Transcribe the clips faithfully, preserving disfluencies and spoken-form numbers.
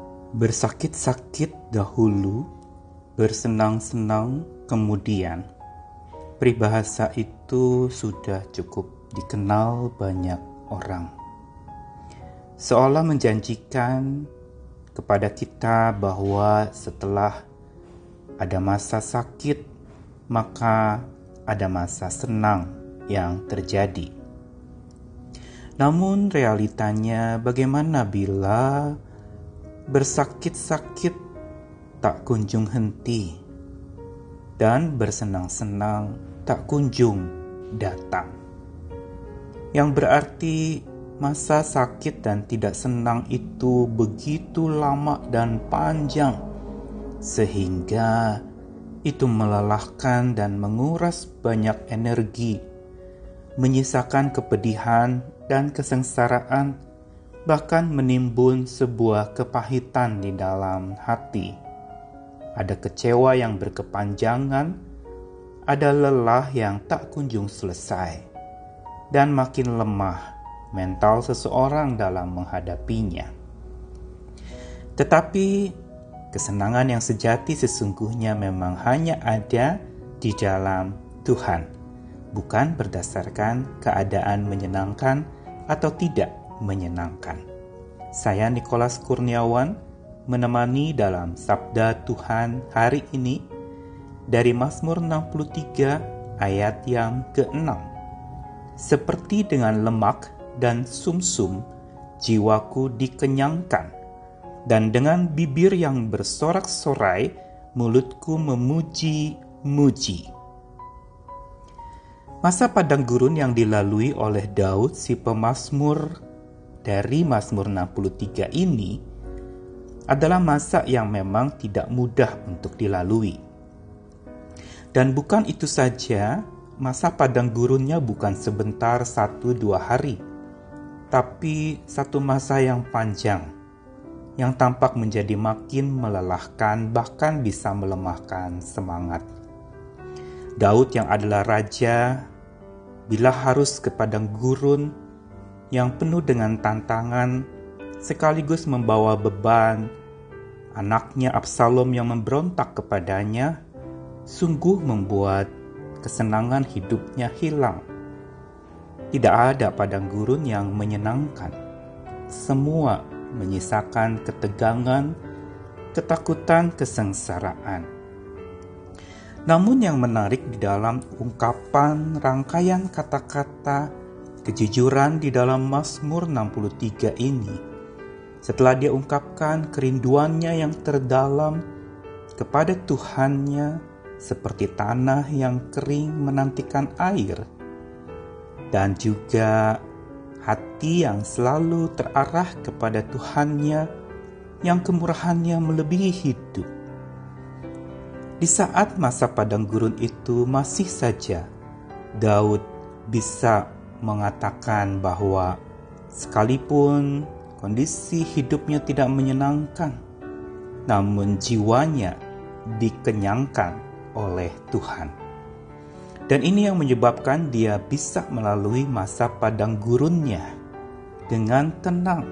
Bersakit-sakit dahulu, bersenang-senang kemudian. Peribahasa itu sudah cukup dikenal banyak orang. Seolah menjanjikan kepada kita bahwa setelah ada masa sakit, maka ada masa senang yang terjadi. Namun realitanya bagaimana bila bersakit-sakit tak kunjung henti dan bersenang-senang tak kunjung datang? Yang berarti masa sakit dan tidak senang itu begitu lama dan panjang sehingga itu melelahkan dan menguras banyak energi, menyisakan kepedihan dan kesengsaraan, bahkan menimbun sebuah kepahitan di dalam hati. Ada kecewa yang berkepanjangan, ada lelah yang tak kunjung selesai, dan makin lemah mental seseorang dalam menghadapinya. Tetapi kesenangan yang sejati sesungguhnya memang hanya ada di dalam Tuhan, bukan berdasarkan keadaan menyenangkan atau tidak menyenangkan. Saya Nikolas Kurniawan menemani dalam Sabda Tuhan hari ini dari Mazmur enam puluh tiga ayat yang keenam. Seperti dengan lemak dan sumsum jiwaku dikenyangkan, dan dengan bibir yang bersorak-sorai mulutku memuji-muji. Masa padang gurun yang dilalui oleh Daud si pemazmur dari Mazmur enam puluh tiga ini adalah masa yang memang tidak mudah untuk dilalui. Dan bukan itu saja, masa padang gurunnya bukan sebentar satu dua hari, tapi satu masa yang panjang, yang tampak menjadi makin melelahkan, bahkan bisa melemahkan semangat. Daud yang adalah raja, bila harus ke padang gurun yang penuh dengan tantangan, sekaligus membawa beban anaknya Absalom yang memberontak kepadanya, sungguh membuat kesenangan hidupnya hilang. Tidak ada padang gurun yang menyenangkan. Semua menyisakan ketegangan, ketakutan, kesengsaraan. Namun yang menarik di dalam ungkapan rangkaian kata-kata kejujuran di dalam Mazmur enam puluh tiga ini, setelah dia ungkapkan kerinduannya yang terdalam kepada Tuhannya seperti tanah yang kering menantikan air, dan juga hati yang selalu terarah kepada Tuhannya yang kemurahannya melebihi hidup. Di saat masa padang gurun itu masih saja Daud bisa mengatakan bahwa sekalipun kondisi hidupnya tidak menyenangkan, namun jiwanya dikenyangkan oleh Tuhan. Dan ini yang menyebabkan dia bisa melalui masa padang gurunnya dengan tenang.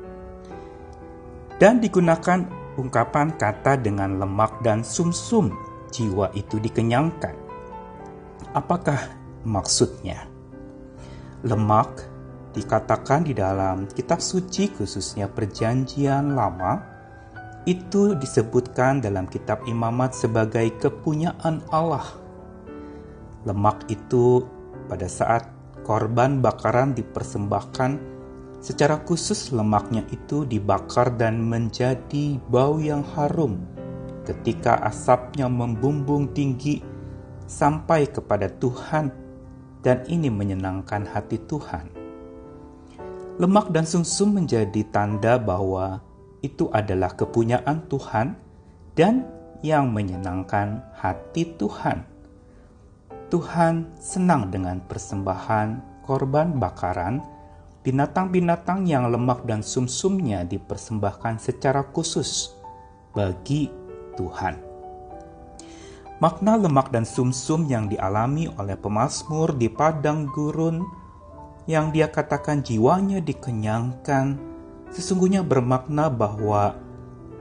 Dan digunakan ungkapan kata dengan lemak dan sumsum, jiwa itu dikenyangkan. Apakah maksudnya? Lemak dikatakan di dalam kitab suci, khususnya Perjanjian Lama, itu disebutkan dalam kitab Imamat sebagai kepunyaan Allah. Lemak itu pada saat korban bakaran dipersembahkan, secara khusus lemaknya itu dibakar dan menjadi bau yang harum ketika asapnya membumbung tinggi sampai kepada Tuhan, dan ini menyenangkan hati Tuhan. Lemak dan sumsum menjadi tanda bahwa itu adalah kepunyaan Tuhan dan yang menyenangkan hati Tuhan. Tuhan senang dengan persembahan korban bakaran, binatang-binatang yang lemak dan sumsumnya dipersembahkan secara khusus bagi Tuhan. Makna lemak dan sumsum yang dialami oleh pemazmur di padang gurun, yang dia katakan jiwanya dikenyangkan, sesungguhnya bermakna bahwa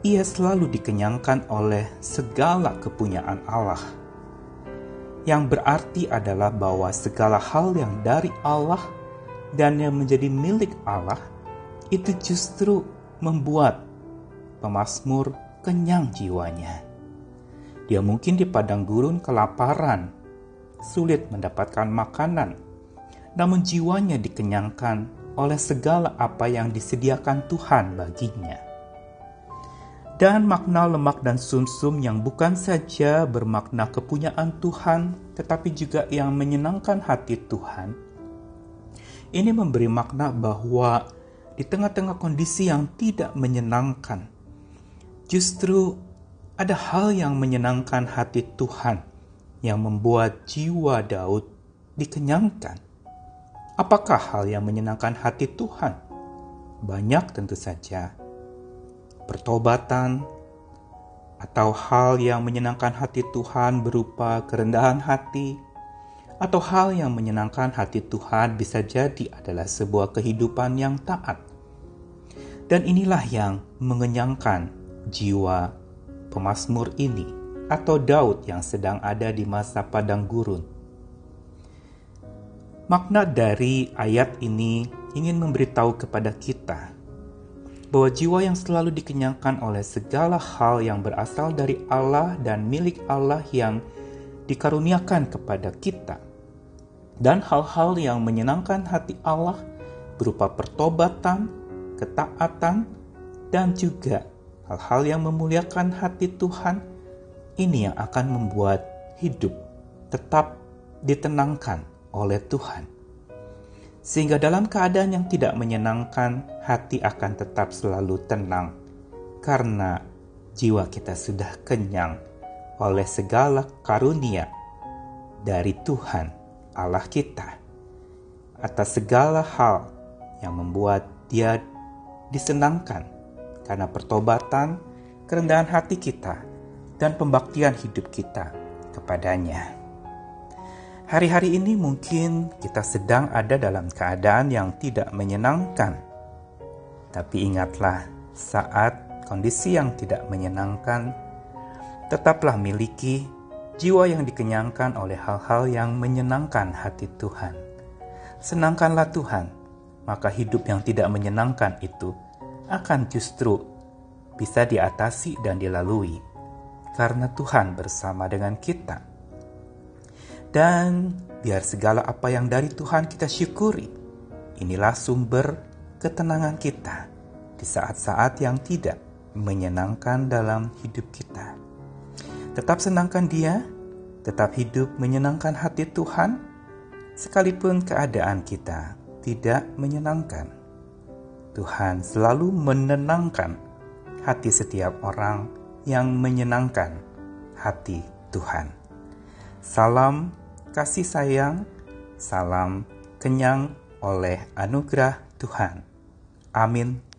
ia selalu dikenyangkan oleh segala kepunyaan Allah. Yang berarti adalah bahwa segala hal yang dari Allah dan yang menjadi milik Allah itu justru membuat pemazmur kenyang jiwanya. Dia mungkin di padang gurun kelaparan, sulit mendapatkan makanan, namun jiwanya dikenyangkan oleh segala apa yang disediakan Tuhan baginya. Dan makna lemak dan sumsum yang bukan saja bermakna kepunyaan Tuhan, tetapi juga yang menyenangkan hati Tuhan. Ini memberi makna bahwa di tengah-tengah kondisi yang tidak menyenangkan, justru ada hal yang menyenangkan hati Tuhan yang membuat jiwa Daud dikenyangkan. Apakah hal yang menyenangkan hati Tuhan? Banyak tentu saja. Pertobatan, atau hal yang menyenangkan hati Tuhan berupa kerendahan hati, atau hal yang menyenangkan hati Tuhan bisa jadi adalah sebuah kehidupan yang taat. Dan inilah yang mengenyangkan jiwa pemazmur ini, atau Daud yang sedang ada di masa padang gurun. Makna dari ayat ini ingin memberitahu kepada kita bahwa jiwa yang selalu dikenyangkan oleh segala hal yang berasal dari Allah dan milik Allah yang dikaruniakan kepada kita, dan hal-hal yang menyenangkan hati Allah berupa pertobatan, ketaatan, dan juga hal-hal yang memuliakan hati Tuhan, ini yang akan membuat hidup tetap ditenangkan oleh Tuhan. Sehingga dalam keadaan yang tidak menyenangkan, hati akan tetap selalu tenang, karena jiwa kita sudah kenyang oleh segala karunia dari Tuhan Allah kita, atas segala hal yang membuat Dia disenangkan karena pertobatan, kerendahan hati kita, dan pembaktian hidup kita kepadanya. Hari-hari ini mungkin kita sedang ada dalam keadaan yang tidak menyenangkan. Tapi ingatlah, saat kondisi yang tidak menyenangkan, tetaplah miliki jiwa yang dikenyangkan oleh hal-hal yang menyenangkan hati Tuhan. Senangkanlah Tuhan, maka hidup yang tidak menyenangkan itu akan justru bisa diatasi dan dilalui, karena Tuhan bersama dengan kita. Dan biar segala apa yang dari Tuhan kita syukuri. Inilah sumber ketenangan kita di saat-saat yang tidak menyenangkan dalam hidup kita. Tetap senangkan Dia, tetap hidup menyenangkan hati Tuhan, sekalipun keadaan kita tidak menyenangkan. Tuhan selalu menenangkan hati setiap orang yang menyenangkan hati Tuhan. Salam kasih sayang, salam kenyang oleh anugerah Tuhan. Amin.